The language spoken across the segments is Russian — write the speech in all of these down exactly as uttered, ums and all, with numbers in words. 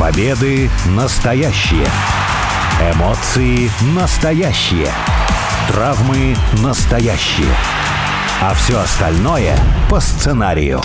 Победы настоящие. Эмоции настоящие. Травмы настоящие. А все остальное по сценарию.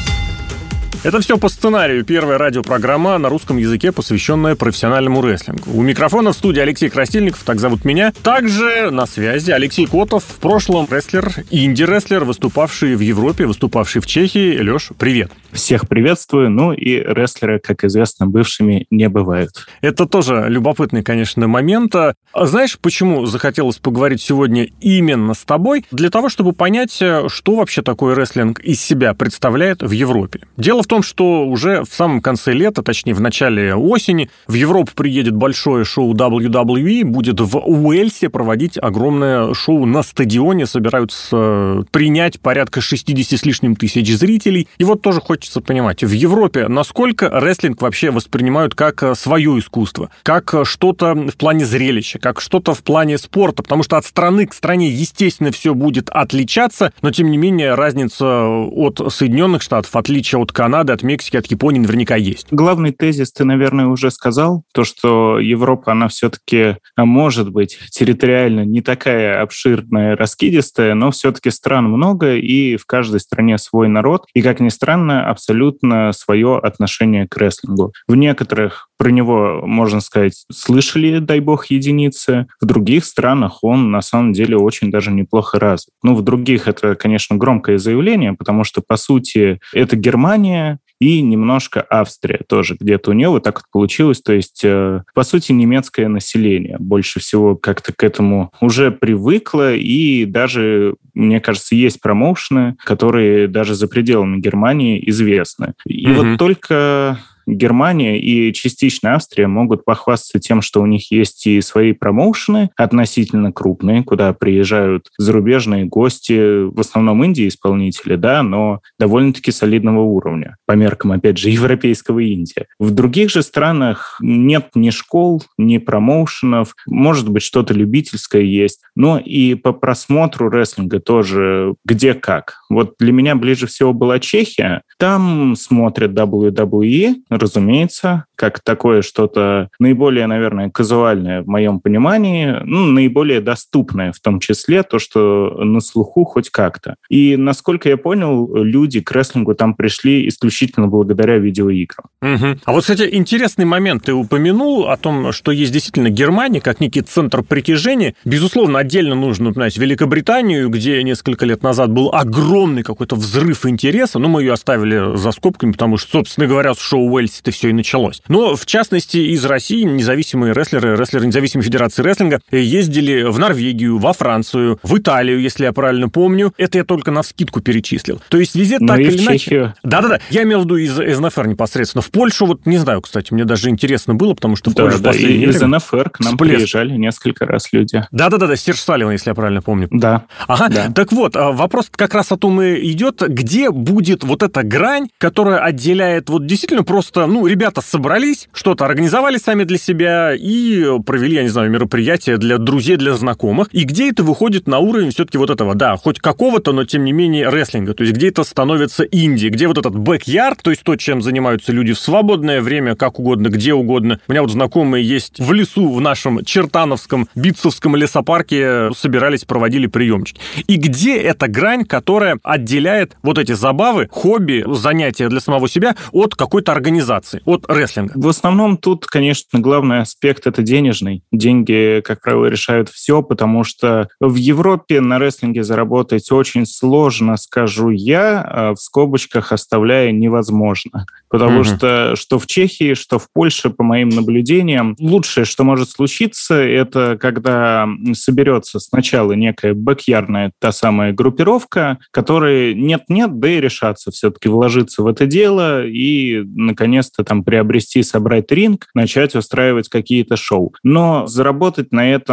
Это все по сценарию. Первая радиопрограмма на русском языке, посвященная профессиональному рестлингу. У микрофона в студии Алексей Красильников, так зовут меня. Также на связи Алексей Котов, в прошлом рестлер, инди-рестлер, выступавший в Европе, выступавший в Чехии. Леш, привет. Всех приветствую. Ну и рестлеры, как известно, бывшими не бывают. Это тоже любопытный, конечно, момент. А знаешь, почему захотелось поговорить сегодня именно с тобой? Для того, чтобы понять, что вообще такое рестлинг из себя представляет в Европе. Дело в том, что уже в самом конце лета, точнее в начале осени, в Европу приедет большое шоу дабл ю дабл ю и, будет в Уэльсе проводить огромное шоу на стадионе, собираются принять порядка шестьдесят с лишним тысяч зрителей. И вот тоже хочется понимать, в Европе насколько рестлинг вообще воспринимают как свое искусство, как что-то в плане зрелища, как что-то в плане спорта, потому что от страны к стране, естественно, все будет отличаться, но тем не менее разница от Соединенных Штатов, отличие от Канады, от Мексики, от Японии наверняка есть. Главный тезис ты, наверное, уже сказал, то, что Европа, она все-таки может быть территориально не такая обширная, раскидистая, но все-таки стран много, и в каждой стране свой народ, и, как ни странно, абсолютно свое отношение к рестлингу. В некоторых про него, можно сказать, слышали, дай бог, единицы. В других странах он, на самом деле, очень даже неплохо развит. Ну, в других это, конечно, громкое заявление, потому что, по сути, это Германия, и немножко Австрия тоже где-то у нее вот так вот получилось. То есть, э, по сути, немецкое население больше всего как-то к этому уже привыкло, и даже, мне кажется, есть промоушены, которые даже за пределами Германии известны. И mm-hmm. вот только Германия и частично Австрия могут похвастаться тем, что у них есть и свои промоушены относительно крупные, куда приезжают зарубежные гости, в основном инди-исполнители, да, но довольно-таки солидного уровня, по меркам, опять же, европейского инди. В других же странах нет ни школ, ни промоушенов, может быть, что-то любительское есть, но и по просмотру рестлинга тоже где как. Вот для меня ближе всего была Чехия. Там смотрят дабл ю дабл ю и, разумеется, как такое что-то наиболее, наверное, казуальное в моем понимании, ну, наиболее доступное в том числе, то, что на слуху хоть как-то. И, насколько я понял, люди к рестлингу там пришли исключительно благодаря видеоиграм. Угу. А вот, кстати, интересный момент. Ты упомянул о том, что есть действительно Германия как некий центр притяжения. Безусловно, отдельно нужно упоминать Великобританию, где несколько лет назад был огромный какой-то взрыв интереса, но мы ее оставили за скобками, потому что, собственно говоря, с шоу Уэльсе-то все и началось. Но, в частности, из России независимые рестлеры, рестлеры независимой федерации рестлинга ездили в Норвегию, во Францию, в Италию, если я правильно помню. Это я только навскидку перечислил. То есть везде но так или иначе... Чехию. Да-да-да. Я имел в виду из эн эф эр непосредственно. В Польшу, вот не знаю, кстати, мне даже интересно было, потому что в да, Польше да, в последнее и время... из эн эф эр к нам всплеск. Приезжали несколько раз люди. Да-да-да, Серж Салливан, если я правильно помню. Да. Ага. Да. Так вот, вопрос как раз о том и идет, где будет вот эта грань, которая отделяет вот действительно просто, ну, ребята собрались, что-то организовали сами для себя и провели, я не знаю, мероприятие для друзей, для знакомых, и где это выходит на уровень все-таки вот этого, да, хоть какого-то, но тем не менее рестлинга, то есть где это становится инди, где вот этот бэк-ярд, то есть то, чем занимаются люди в свободное время, как угодно, где угодно. У меня вот знакомые есть в лесу, в нашем Чертановском, Битцевском лесопарке собирались, проводили приемчики. И где эта грань, которая отделяет вот эти забавы, хобби, занятия для самого себя от какой-то организации, от рестлинга? В основном тут, конечно, главный аспект – это денежный. Деньги, как правило, решают все, потому что в Европе на рестлинге заработать очень сложно, скажу я, в скобочках оставляя невозможно. Потому mm-hmm. что что в Чехии, что в Польше, по моим наблюдениям, лучшее, что может случиться, это когда соберется сначала некая бэк-ярдная та самая группировка, которая нет-нет, да и решатся все-таки вложиться в это дело и, наконец-то, там приобрести, собрать ринг, начать устраивать какие-то шоу. Но заработать на этом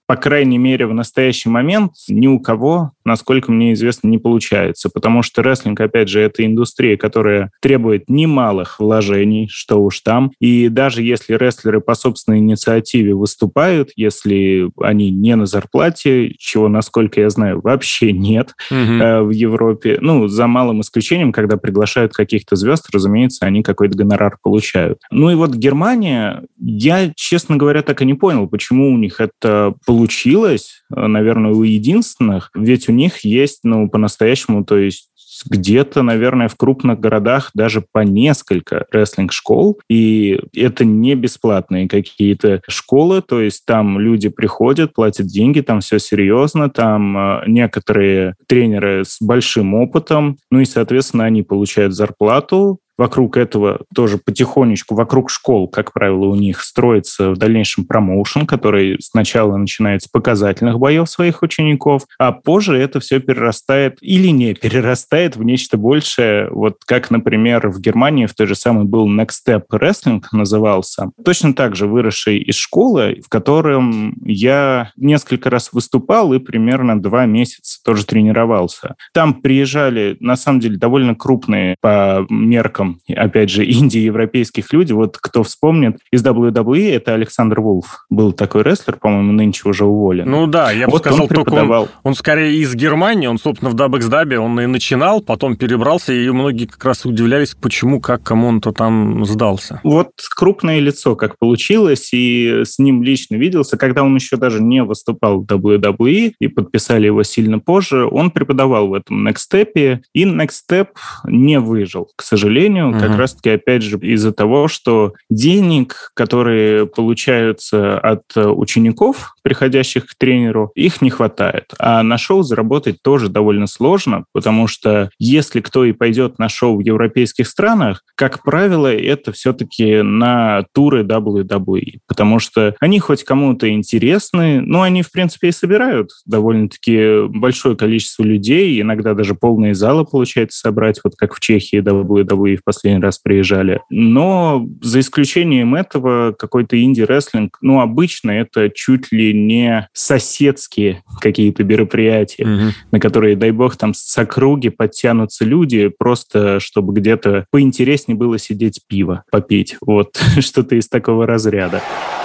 по крайней мере, в настоящий момент ни у кого, насколько мне известно, не получается, потому что рестлинг, опять же, это индустрия, которая требует немалых вложений, что уж там, и даже если рестлеры по собственной инициативе выступают, если они не на зарплате, чего, насколько я знаю, вообще нет mm-hmm. э, в Европе, ну, за малым исключением, когда приглашают каких-то звезд, разумеется, они какой-то гонорар получают. Ну и вот Германия, я, честно говоря, так и не понял, почему у них это получилось, наверное, у единственных, ведь у них есть, ну, по-настоящему, то есть где-то, наверное, в крупных городах даже по несколько рестлинг-школ, и это не бесплатные какие-то школы, то есть там люди приходят, платят деньги, там все серьезно, там э, некоторые тренеры с большим опытом, ну и, соответственно, они получают зарплату. Вокруг этого тоже потихонечку, вокруг школ, как правило, у них строится в дальнейшем промоушен, который сначала начинает с показательных боев своих учеников, а позже это все перерастает или не перерастает в нечто большее. Вот как, например, в Германии в той же самой был Next Step Wrestling назывался. Точно так же выросший из школы, в котором я несколько раз выступал и примерно два месяца тоже тренировался. Там приезжали, на самом деле, довольно крупные по меркам, опять же, инди-европейских люди. Вот кто вспомнит, из дабл ю дабл ю и это Александр Вулф. Был такой рестлер, по-моему, нынче уже уволен. Ну да, я бы вот сказал, он преподавал. Только он, он скорее из Германии, он, собственно, в даб-экс-дабе он и начинал, потом перебрался, и многие как раз удивлялись, почему, как, кому он-то там сдался. Вот крупное лицо, как получилось, и с ним лично виделся, когда он еще даже не выступал в дабл ю дабл ю и, и подписали его сильно позже, он преподавал в этом Next Step, и Next Step не выжил, к сожалению, uh-huh. как раз-таки, опять же, из-за того, что денег, которые получаются от учеников, приходящих к тренеру, их не хватает. А на шоу заработать тоже довольно сложно, потому что если кто и пойдет на шоу в европейских странах, как правило, это все-таки на туры дабл ю дабл ю и, потому что они хоть кому-то интересны, но они, в принципе, и собирают довольно-таки большое количество людей, иногда даже полные залы получается собрать, вот как в Чехии дабл ю дабл ю и в последний раз приезжали. Но за исключением этого какой-то инди-рестлинг, ну, обычно это чуть ли не соседские какие-то мероприятия, mm-hmm. на которые, дай бог, там с округи подтянутся люди, просто чтобы где-то поинтереснее было сидеть пиво попить. Вот что-то из такого разряда.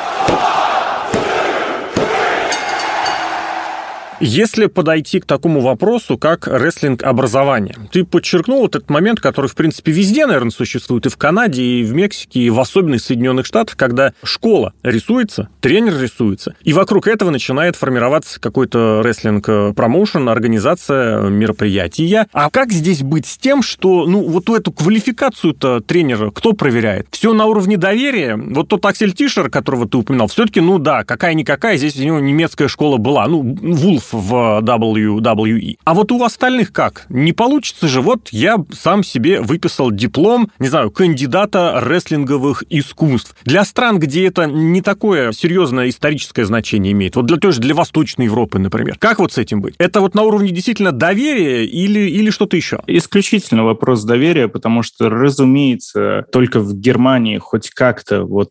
Если подойти к такому вопросу, как рестлинг-образование, ты подчеркнул вот этот момент, который, в принципе, везде, наверное, существует, и в Канаде, и в Мексике, и в особенности в Соединенных Штатах, когда школа рисуется, тренер рисуется, и вокруг этого начинает формироваться какой-то рестлинг-промоушен, организация мероприятия. А как здесь быть с тем, что, ну, вот эту квалификацию-то тренера кто проверяет? Все на уровне доверия? Вот тот Аксель Тишер, которого ты упоминал, все-таки, ну да, какая-никакая, здесь у него немецкая школа была, ну, Вулф в дабл ю дабл ю и. А вот у остальных как? Не получится же, вот я сам себе выписал диплом, не знаю, кандидата рестлинговых искусств. Для стран, где это не такое серьезное историческое значение имеет, вот для той же, для Восточной Европы, например. Как вот с этим быть? Это вот на уровне действительно доверия или, или что-то еще? Исключительно вопрос доверия, потому что, разумеется, только в Германии хоть как-то вот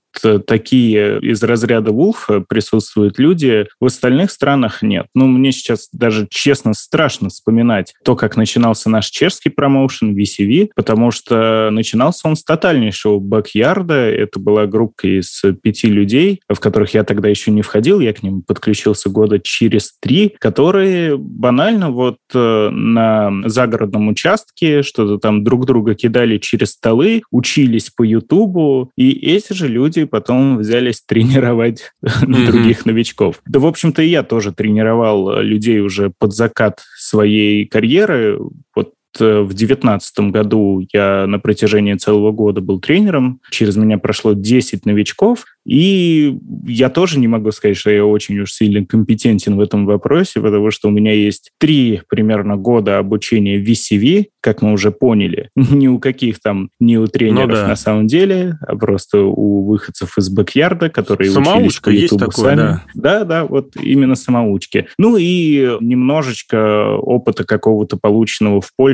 такие из разряда Вулфа присутствуют люди, в остальных странах нет. Ну, мне сейчас даже, честно, страшно вспоминать то, как начинался наш чешский промоушен ви си ви, потому что начинался он с тотальнейшего бэк-ярда. Это была группа из пяти людей, в которых я тогда еще не входил, я к ним подключился года через три, которые банально вот на загородном участке что-то там друг друга кидали через столы, учились по Ютубу, и эти же люди потом взялись тренировать mm-hmm. других новичков. Да, в общем-то, и я тоже тренировал людей уже под закат своей карьеры. Вот в девятнадцатом году я на протяжении целого года был тренером. Через меня прошло десять новичков. И я тоже не могу сказать, что я очень уж сильно компетентен в этом вопросе, потому что у меня есть три примерно года обучения в ви си ви, как мы уже поняли. Ни у каких там, ни у тренеров ну, да. на самом деле, а просто у выходцев из бэк-ярда, которые самоучка учились по Ютубу есть такое, сами. Да. да, да, вот именно самоучки. Ну и немножечко опыта какого-то полученного в Польше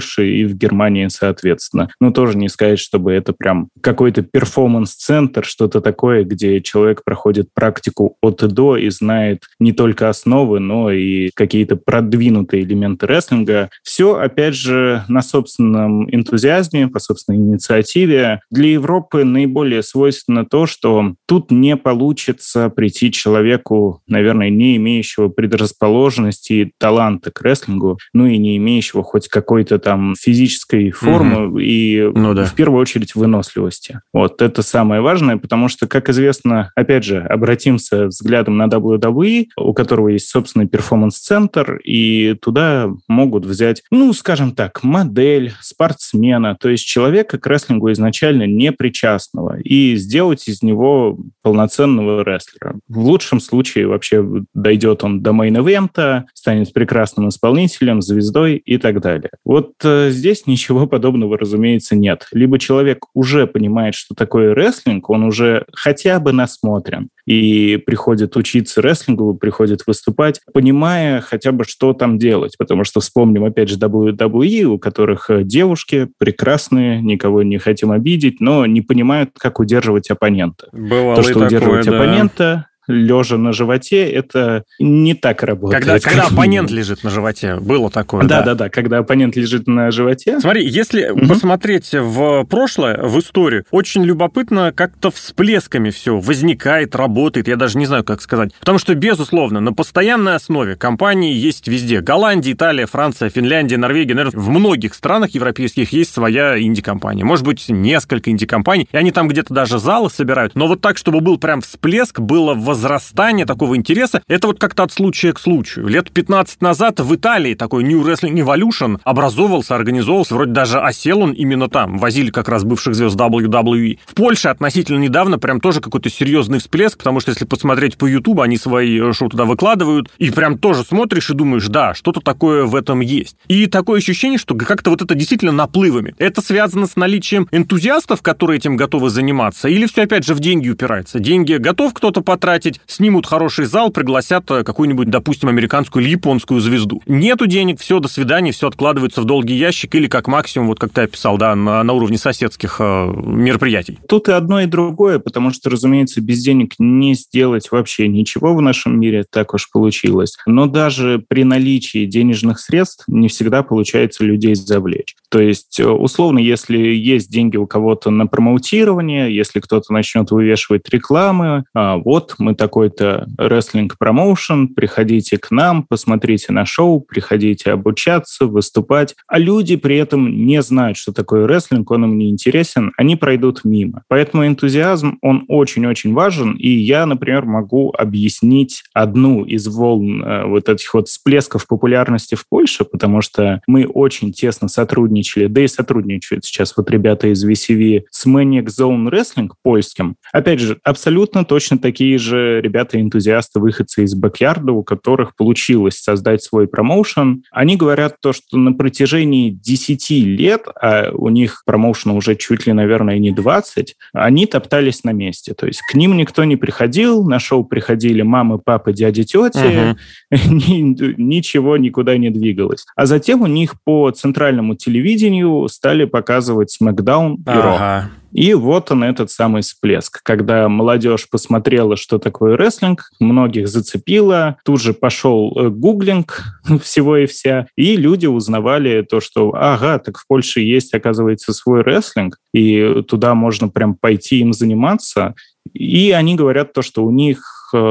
Польше и в Германии, соответственно. Ну, тоже не сказать, чтобы это прям какой-то перформанс-центр, что-то такое, где человек проходит практику от и до и знает не только основы, но и какие-то продвинутые элементы рестлинга. Все, опять же, на собственном энтузиазме, по собственной инициативе. Для Европы наиболее свойственно то, что тут не получится прийти человеку, наверное, не имеющего предрасположенности и таланта к рестлингу, ну и не имеющего хоть какой-то там физической формы угу. и ну, да. в первую очередь выносливости. Вот это самое важное, потому что, как известно, опять же, обратимся взглядом на дабл ю дабл ю и, у которого есть собственный перформанс-центр, и туда могут взять, ну, скажем так, модель, спортсмена, то есть человека к рестлингу изначально не причастного, и сделать из него полноценного рестлера. В лучшем случае вообще дойдет он до мейн-эвента, станет прекрасным исполнителем, звездой и так далее. Вот э, здесь ничего подобного, разумеется, нет. Либо человек уже понимает, что такое рестлинг, он уже хотя бы насмотрен и приходит учиться рестлингу, приходит выступать, понимая хотя бы, что там делать. Потому что вспомним, опять же, дабл ю дабл ю и, у которых девушки прекрасные, никого не хотим обидеть, но не понимают, как удерживать оппонента. Бывало То, что такое, удерживать да. оппонента лежа на животе, это не так работает. Когда, когда оппонент лежит на животе, было такое. Да-да-да, когда оппонент лежит на животе. Смотри, если угу. посмотреть в прошлое, в историю, очень любопытно, как-то всплесками все возникает, работает, я даже не знаю, как сказать. Потому что, безусловно, на постоянной основе компании есть везде. Голландия, Италия, Франция, Финляндия, Норвегия, наверное, в многих странах европейских есть своя инди-компания. Может быть, несколько инди-компаний, и они там где-то даже залы собирают. Но вот так, чтобы был прям всплеск, было возрастание возрастание такого интереса, это вот как-то от случая к случаю. Лет пятнадцать назад в Италии такой New Wrestling Evolution образовывался, организовывался, вроде даже осел он именно там. Возили как раз бывших звезд дабл ю дабл ю и. В Польше относительно недавно прям тоже какой-то серьезный всплеск, потому что если посмотреть по Ютубу, они свои шоу туда выкладывают, и прям тоже смотришь и думаешь, да, что-то такое в этом есть. И такое ощущение, что как-то вот это действительно наплывами. Это связано с наличием энтузиастов, которые этим готовы заниматься, или все опять же в деньги упирается? Деньги готов кто-то потратить, снимут хороший зал, пригласят какую-нибудь, допустим, американскую или японскую звезду. Нету денег, все, до свидания, все откладывается в долгий ящик или как максимум, вот как ты описал, да, на, на уровне соседских э, мероприятий. Тут и одно, и другое, потому что, разумеется, без денег не сделать вообще ничего в нашем мире, так уж получилось. Но даже при наличии денежных средств не всегда получается людей завлечь. То есть, условно, если есть деньги у кого-то на промоутирование, если кто-то начнет вывешивать рекламы, а вот мы такой-то рестлинг-промоушен, приходите к нам, посмотрите на шоу, приходите обучаться, выступать. А люди при этом не знают, что такое рестлинг, он им не интересен, они пройдут мимо. Поэтому энтузиазм, он очень-очень важен, и я, например, могу объяснить одну из волн э, вот этих вот всплесков популярности в Польше, потому что мы очень тесно сотрудничали, да и сотрудничают сейчас вот ребята из ви си ви с Maniac Zone Wrestling польским. Опять же, абсолютно точно такие же ребята-энтузиасты, выходцы из бэк-ярда, у которых получилось создать свой промоушен. Они говорят то, что на протяжении десяти лет, а у них промоушена уже чуть ли, наверное, не двадцать, они топтались на месте. То есть к ним никто не приходил, на шоу приходили мамы, папы, дяди, тети, uh-huh. ничего никуда не двигалось. А затем у них по центральному телевидению стали показывать SmackDown и Raw. Uh-huh. И вот он, этот самый всплеск, когда молодежь посмотрела, что такое рестлинг, многих зацепило, тут же пошел гуглинг всего и вся, и люди узнавали то, что ага, так в Польше есть, оказывается, свой рестлинг, и туда можно прям пойти им заниматься. И они говорят то, что у них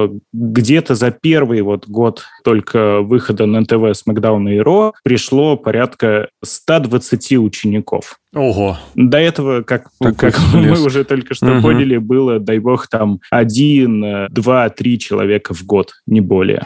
где-то за первый вот год только выхода на ТВ SmackDown и Raw пришло порядка сто двадцать учеников. Ого. До этого, как, как мы уже только что угу. поняли, было, дай бог, там один, два, три человека в год, не более.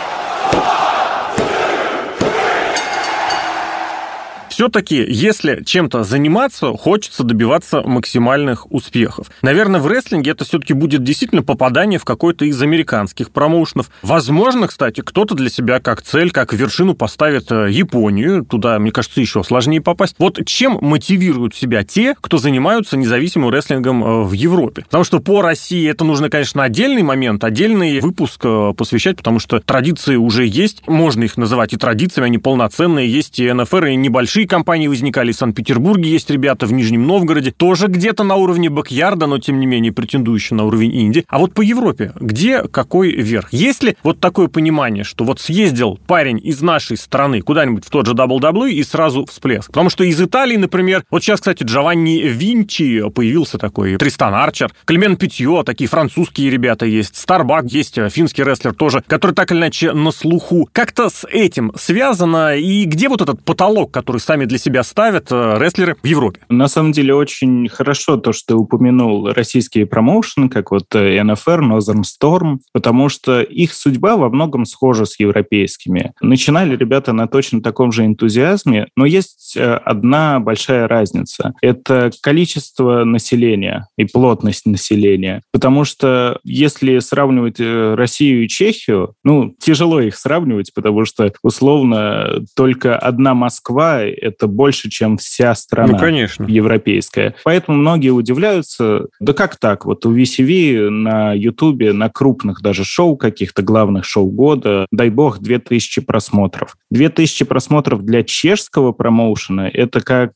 Все-таки, если чем-то заниматься, хочется добиваться максимальных успехов. Наверное, в рестлинге это все-таки будет действительно попадание в какой-то из американских промоушенов. Возможно, кстати, кто-то для себя как цель, как вершину поставит Японию. Туда, мне кажется, еще сложнее попасть. Вот чем мотивируют себя те, кто занимаются независимым рестлингом в Европе? Потому что по России это нужно, конечно, отдельный момент, отдельный выпуск посвящать, потому что традиции уже есть. Можно их называть и традициями, они полноценные. Есть и эн эф эр, и небольшие большие компании возникали. В Санкт-Петербурге есть ребята, в Нижнем Новгороде. Тоже где-то на уровне бэк-ярда, но, тем не менее, претендующие на уровень инди. А вот по Европе, где какой верх? Есть ли вот такое понимание, что вот съездил парень из нашей страны куда-нибудь в тот же дабл ю дабл ю и сразу всплеск? Потому что из Италии, например, вот сейчас, кстати, Джованни Винчи появился такой, Тристан Арчер, Клемен Питье, такие французские ребята есть, Старбак есть, финский рестлер тоже, который так или иначе на слуху. Как-то с этим связано, и где вот этот потолок, который сами для себя ставят рестлеры в Европе? На самом деле очень хорошо то, что ты упомянул российские промоушены, как вот эн эф эр, Northern Storm, потому что их судьба во многом схожа с европейскими. Начинали ребята на точно таком же энтузиазме, но есть одна большая разница. Это количество населения и плотность населения. Потому что если сравнивать Россию и Чехию, ну, тяжело их сравнивать, потому что, условно, только одна Москва — это больше, чем вся страна ну, конечно. европейская. Поэтому многие удивляются, да как так? Вот у ви си ви на Ютубе, на крупных даже шоу, каких-то главных шоу года, дай бог, две тысячи просмотров. две тысячи просмотров для чешского промоушена — это как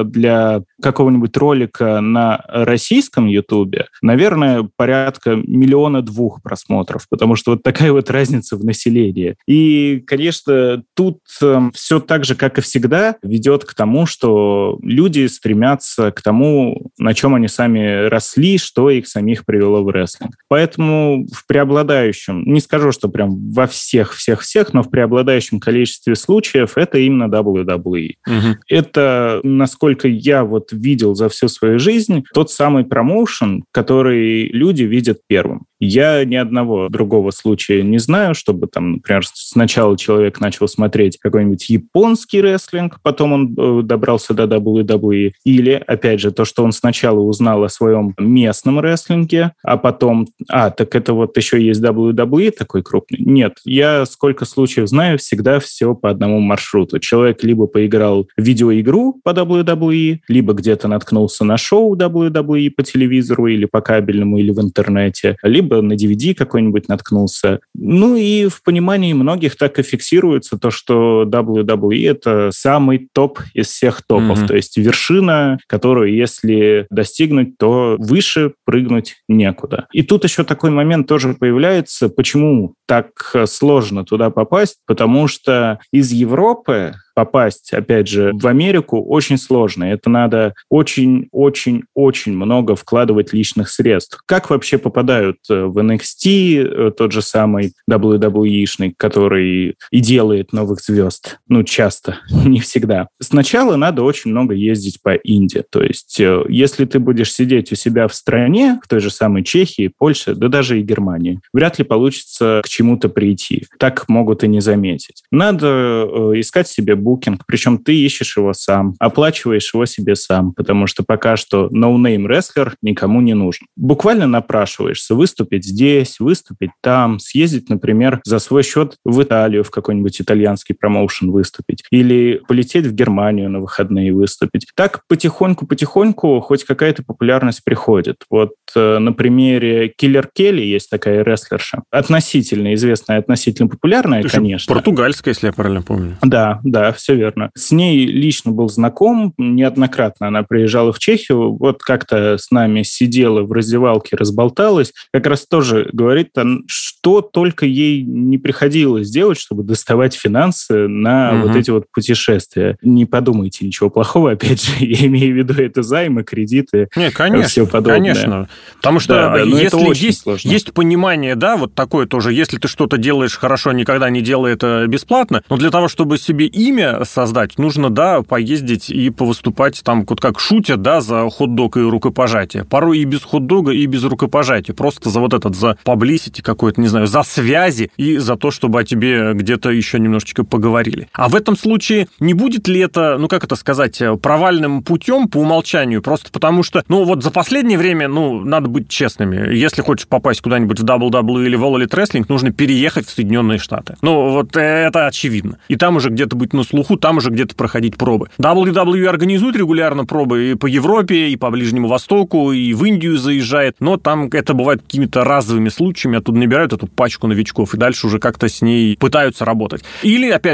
для какого-нибудь ролика на российском Ютубе, наверное, порядка миллиона двух просмотров, потому что вот такая вот разница в населении. И, конечно, тут э, все так же, как и всегда, ведет к тому, что люди стремятся к тому, на чем они сами росли, что их самих привело в рестлинг. Поэтому в преобладающем, не скажу, что прям во всех-всех-всех, но в преобладающем количестве случаев это именно дабл ю дабл ю и. Угу. Это, насколько я вот видел за всю свою жизнь, тот самый промоушен, который люди видят первым. Я ни одного другого случая не знаю, чтобы там, например, сначала человек начал смотреть какой-нибудь японский рестлинг, потом он добрался до дабл ю дабл ю и, или, опять же, то, что он сначала узнал о своем местном рестлинге, а потом, а, так это вот еще есть дабл ю дабл ю и такой крупный. Нет, я сколько случаев знаю, всегда все по одному маршруту. Человек либо поиграл в видеоигру по дабл ю дабл ю и, либо где-то наткнулся на шоу дабл ю дабл ю и по телевизору или по кабельному, или в интернете, либо на ди ви ди какой-нибудь наткнулся. Ну и в понимании многих так и фиксируется то, что дабл ю дабл ю и — это самый топ из всех топов, mm-hmm. то есть вершина, которую, если достигнуть, то выше прыгнуть некуда. И тут еще такой момент тоже появляется, почему так сложно туда попасть, потому что из Европы попасть, опять же, в Америку очень сложно. Это надо очень-очень-очень много вкладывать личных средств. Как вообще попадают в эн экс ти тот же самый дабл ю дабл ю и-шный, который и делает новых звезд? Ну, часто, не всегда. Сначала надо очень много ездить по Индии. То есть, если ты будешь сидеть у себя в стране, в той же самой Чехии, Польше, да даже и Германии, вряд ли получится к чему-то прийти. Так могут и не заметить. Надо искать себе букинг, причем ты ищешь его сам, оплачиваешь его себе сам, потому что пока что no-name рестлер никому не нужен. Буквально напрашиваешься выступить здесь, выступить там, съездить, например, за свой счет в Италию, в какой-нибудь итальянский промоушен выступить, или полететь в Германию на выходные выступить. Так потихоньку-потихоньку хоть какая-то популярность приходит. Вот э, на примере Киллер Келли есть такая рестлерша, относительно известная, относительно популярная, это конечно. Португальская, если я правильно помню. Да, да, все верно. С ней лично был знаком, неоднократно она приезжала в Чехию, вот как-то с нами сидела в раздевалке, разболталась, как раз тоже говорит, что только ей не приходилось делать, чтобы доставать финансы на угу. вот эти вот путешествия. Не подумайте ничего плохого, опять же, я имею в виду это займы, кредиты, не, конечно, все подобное. Конечно, потому что да, да, если есть, есть понимание, да, вот такое тоже, если ты что-то делаешь хорошо, никогда не делай это бесплатно, но для того, чтобы себе имя создать, нужно, да, поездить и повыступать там, вот как шутят, да, за хот-дог и рукопожатие. Порой и без хот-дога, и без рукопожатия. Просто за вот этот, за publicity какой-то, не знаю, за связи и за то, чтобы о тебе где-то еще немножечко поговорили. А в этом случае не будет ли это, ну, как это сказать, провальным путем по умолчанию? Просто потому что, ну, вот за последнее время, ну, надо быть честными. Если хочешь попасть куда-нибудь в дабл ю дабл ю и или в All Elite Wrestling, нужно переехать в Соединенные Штаты. Ну, вот это очевидно. И там уже где-то быть на слуху, там уже где-то проходить пробы. дабл ю дабл ю и организует регулярно пробы и по Европе, и по Ближнему Востоку, и в Индию заезжает, но там это бывает какими-то разовыми случаями, оттуда набирают эту пачку новичков, и дальше уже как-то с ней пытаются работать. Или, опять же,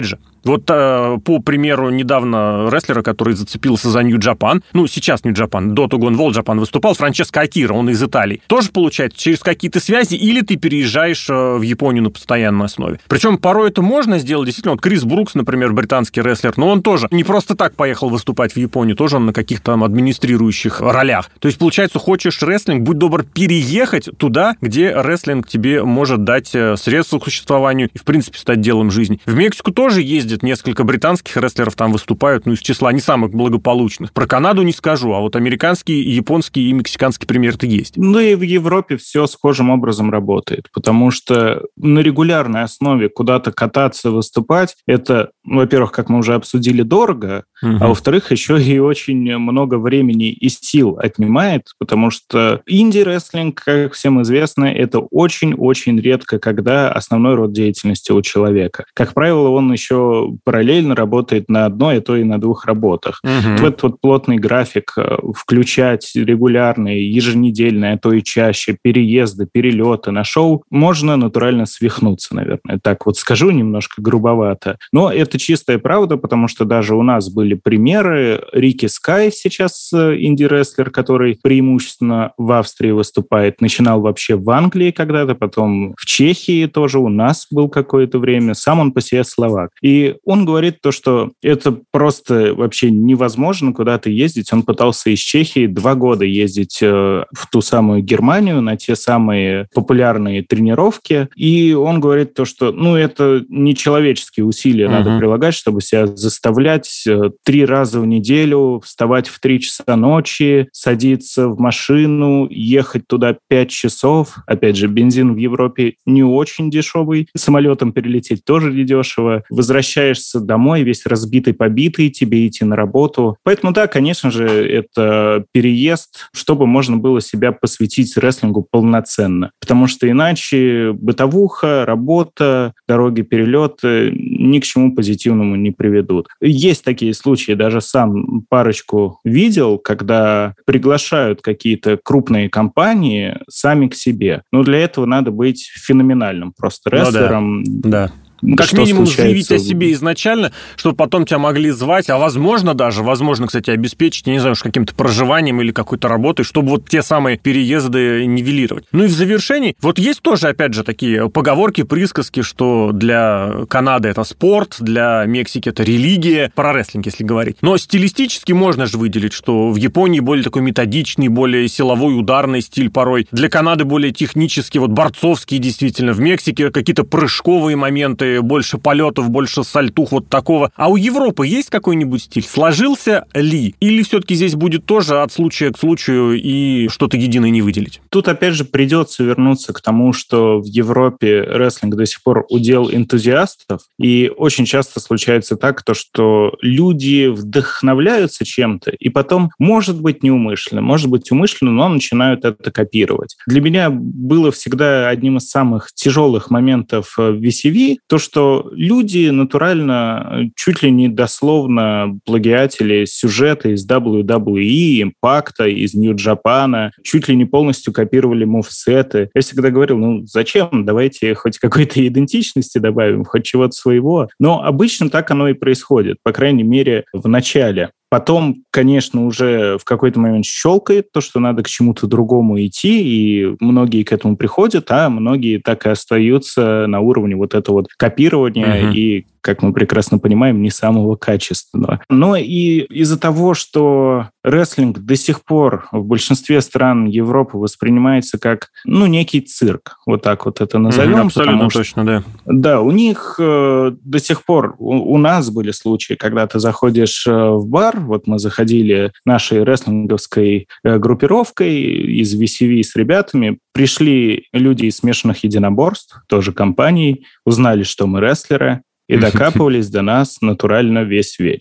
Вот э, по примеру недавно рестлера, который зацепился за New Japan, ну, сейчас New Japan, до того он в All Japan выступал, Франческо Акира, он из Италии. Тоже получается через какие-то связи, или ты переезжаешь в Японию на постоянной основе. Причем порой это можно сделать, действительно. Вот Крис Брукс, например, британский рестлер, но он тоже не просто так поехал выступать в Японию, тоже он на каких-то там администрирующих ролях. То есть, получается, хочешь рестлинг, будь добр переехать туда, где рестлинг тебе может дать средства к существованию и, в принципе, стать делом жизни. В Мексику тоже ездят несколько британских рестлеров, там выступают, ну, из числа не самых благополучных. Про Канаду не скажу, а вот американский, японский и мексиканский пример-то есть. Ну и в Европе все схожим образом работает, потому что на регулярной основе куда-то кататься, выступать, это, во-первых, как мы уже обсудили, дорого, угу. а во-вторых, еще и очень много времени и сил отнимает, потому что инди-рестлинг, как всем известно, это очень-очень редко, когда основной род деятельности у человека. Как правило, он еще параллельно работает на одной, а то и на двух работах. Угу. В этот вот плотный график включать регулярные, еженедельные, а то и чаще переезды, перелеты на шоу, можно натурально свихнуться, наверное. Так вот скажу немножко грубовато. Но это чистая правда, потому что даже у нас были примеры. Рики Скай сейчас инди-рестлер, который преимущественно в Австрии выступает. Начинал вообще в Англии когда-то, потом в Чехии тоже у нас был какое-то время. Сам он по себе словак. И он говорит то, что это просто вообще невозможно куда-то ездить. Он пытался из Чехии два года ездить в ту самую Германию на те самые популярные тренировки. И он говорит то, что ну, это нечеловеческие усилия uh-huh. надо прилагать, чтобы себя заставлять три раза в неделю вставать в три часа ночи, садиться в машину, ехать туда пять часов. Опять же, бензин в Европе не очень дешевый. Самолетом перелететь тоже недешево. Возвращаешься домой весь разбитый, побитый, тебе идти на работу. Поэтому да, конечно же, это переезд, чтобы можно было себя посвятить рестлингу полноценно. Потому что иначе бытовуха, работа, дороги, перелеты ни к чему позитивному не приведут. Есть такие случаи, даже сам парочку видел, когда приглашают какие-то крупные компании сами к себе. Но для этого надо быть феноменальным просто рестлером. Ну, да. да. Как что минимум заявить о себе изначально, чтобы потом тебя могли звать, а возможно даже, возможно, кстати, обеспечить, я не знаю, уж каким-то проживанием или какой-то работой, чтобы вот те самые переезды нивелировать. Ну и в завершении, вот есть тоже, опять же, такие поговорки, присказки, что для Канады это спорт, для Мексики это религия, про рестлинг, если говорить. Но стилистически можно же выделить, что в Японии более такой методичный, более силовой, ударный стиль порой, для Канады более технический, вот борцовский действительно, в Мексике какие-то прыжковые моменты, больше полетов, больше сальтух, вот такого. А у Европы есть какой-нибудь стиль? Сложился ли? Или все-таки здесь будет тоже от случая к случаю и что-то единое не выделить? Тут, опять же, придется вернуться к тому, что в Европе рестлинг до сих пор удел энтузиастов, и очень часто случается так, то, что люди вдохновляются чем-то, и потом, может быть, неумышленно, может быть, умышленно, но начинают это копировать. Для меня было всегда одним из самых тяжелых моментов в ви си ви то, что люди натурально, чуть ли не дословно плагиатели сюжеты из дабл ю дабл ю и, Импакта, из New Japan, чуть ли не полностью копировали мувсеты. Я всегда говорил, ну зачем? Давайте хоть какой-то идентичности добавим, хоть чего-то своего. Но обычно так оно и происходит, по крайней мере, в начале. Потом, конечно, уже в какой-то момент щелкает то, что надо к чему-то другому идти, и многие к этому приходят, а многие так и остаются на уровне вот этого вот копирования uh-huh. и, как мы прекрасно понимаем, не самого качественного. Но и из-за того, что рестлинг до сих пор в большинстве стран Европы воспринимается как, ну, некий цирк, вот так вот это назовем. Uh-huh, абсолютно что, точно, да. Да, у них э, до сих пор, у, у нас были случаи, когда ты заходишь э, в бар, вот мы заходили нашей рестлинговской э, группировкой из ви си ви с ребятами, пришли люди из смешанных единоборств, тоже компаний, узнали, что мы рестлеры, и докапывались до нас натурально весь вечер.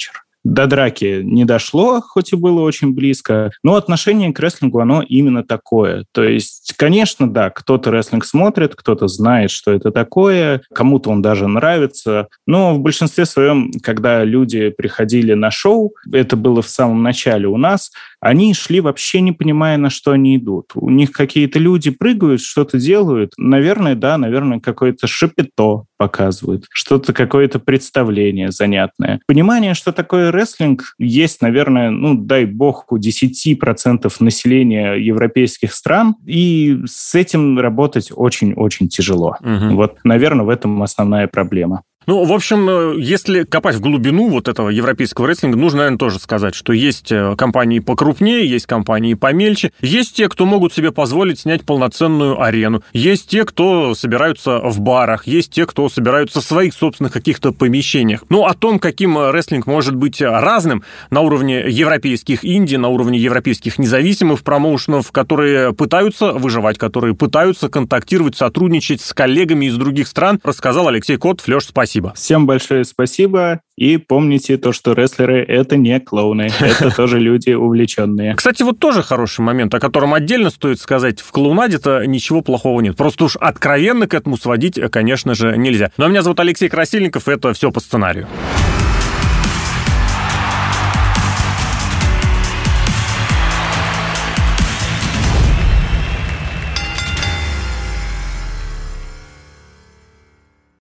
До драки не дошло, хоть и было очень близко, но отношение к рестлингу, оно именно такое. То есть, конечно, да, кто-то рестлинг смотрит, кто-то знает, что это такое, кому-то он даже нравится, но в большинстве своем, когда люди приходили на шоу, это было в самом начале у нас, они шли вообще не понимая, на что они идут. У них какие-то люди прыгают, что-то делают. Наверное, да, наверное, какое-то шапито показывают, что-то, какое-то представление занятное. Понимание, что такое рестлинг, есть, наверное, ну, дай бог, у десять процентов населения европейских стран, и с этим работать очень-очень тяжело. Угу. Вот, наверное, в этом основная проблема. Ну, в общем, если копать в глубину вот этого европейского рестлинга, нужно, наверное, тоже сказать, что есть компании покрупнее, есть компании помельче, есть те, кто могут себе позволить снять полноценную арену, есть те, кто собираются в барах, есть те, кто собираются в своих собственных каких-то помещениях. Ну, о том, каким рестлинг может быть разным на уровне европейских инди, на уровне европейских независимых промоушенов, которые пытаются выживать, которые пытаются контактировать, сотрудничать с коллегами из других стран, рассказал Алексей Котов. Леш, спасибо. Спасибо. Всем большое спасибо. И помните то, что рестлеры — это не клоуны, это тоже люди увлеченные. Кстати, вот тоже хороший момент, о котором отдельно стоит сказать. В клоунаде-то ничего плохого нет. Просто уж откровенно к этому сводить, конечно же, нельзя. Ну а меня зовут Алексей Красильников, и это «Все по сценарию».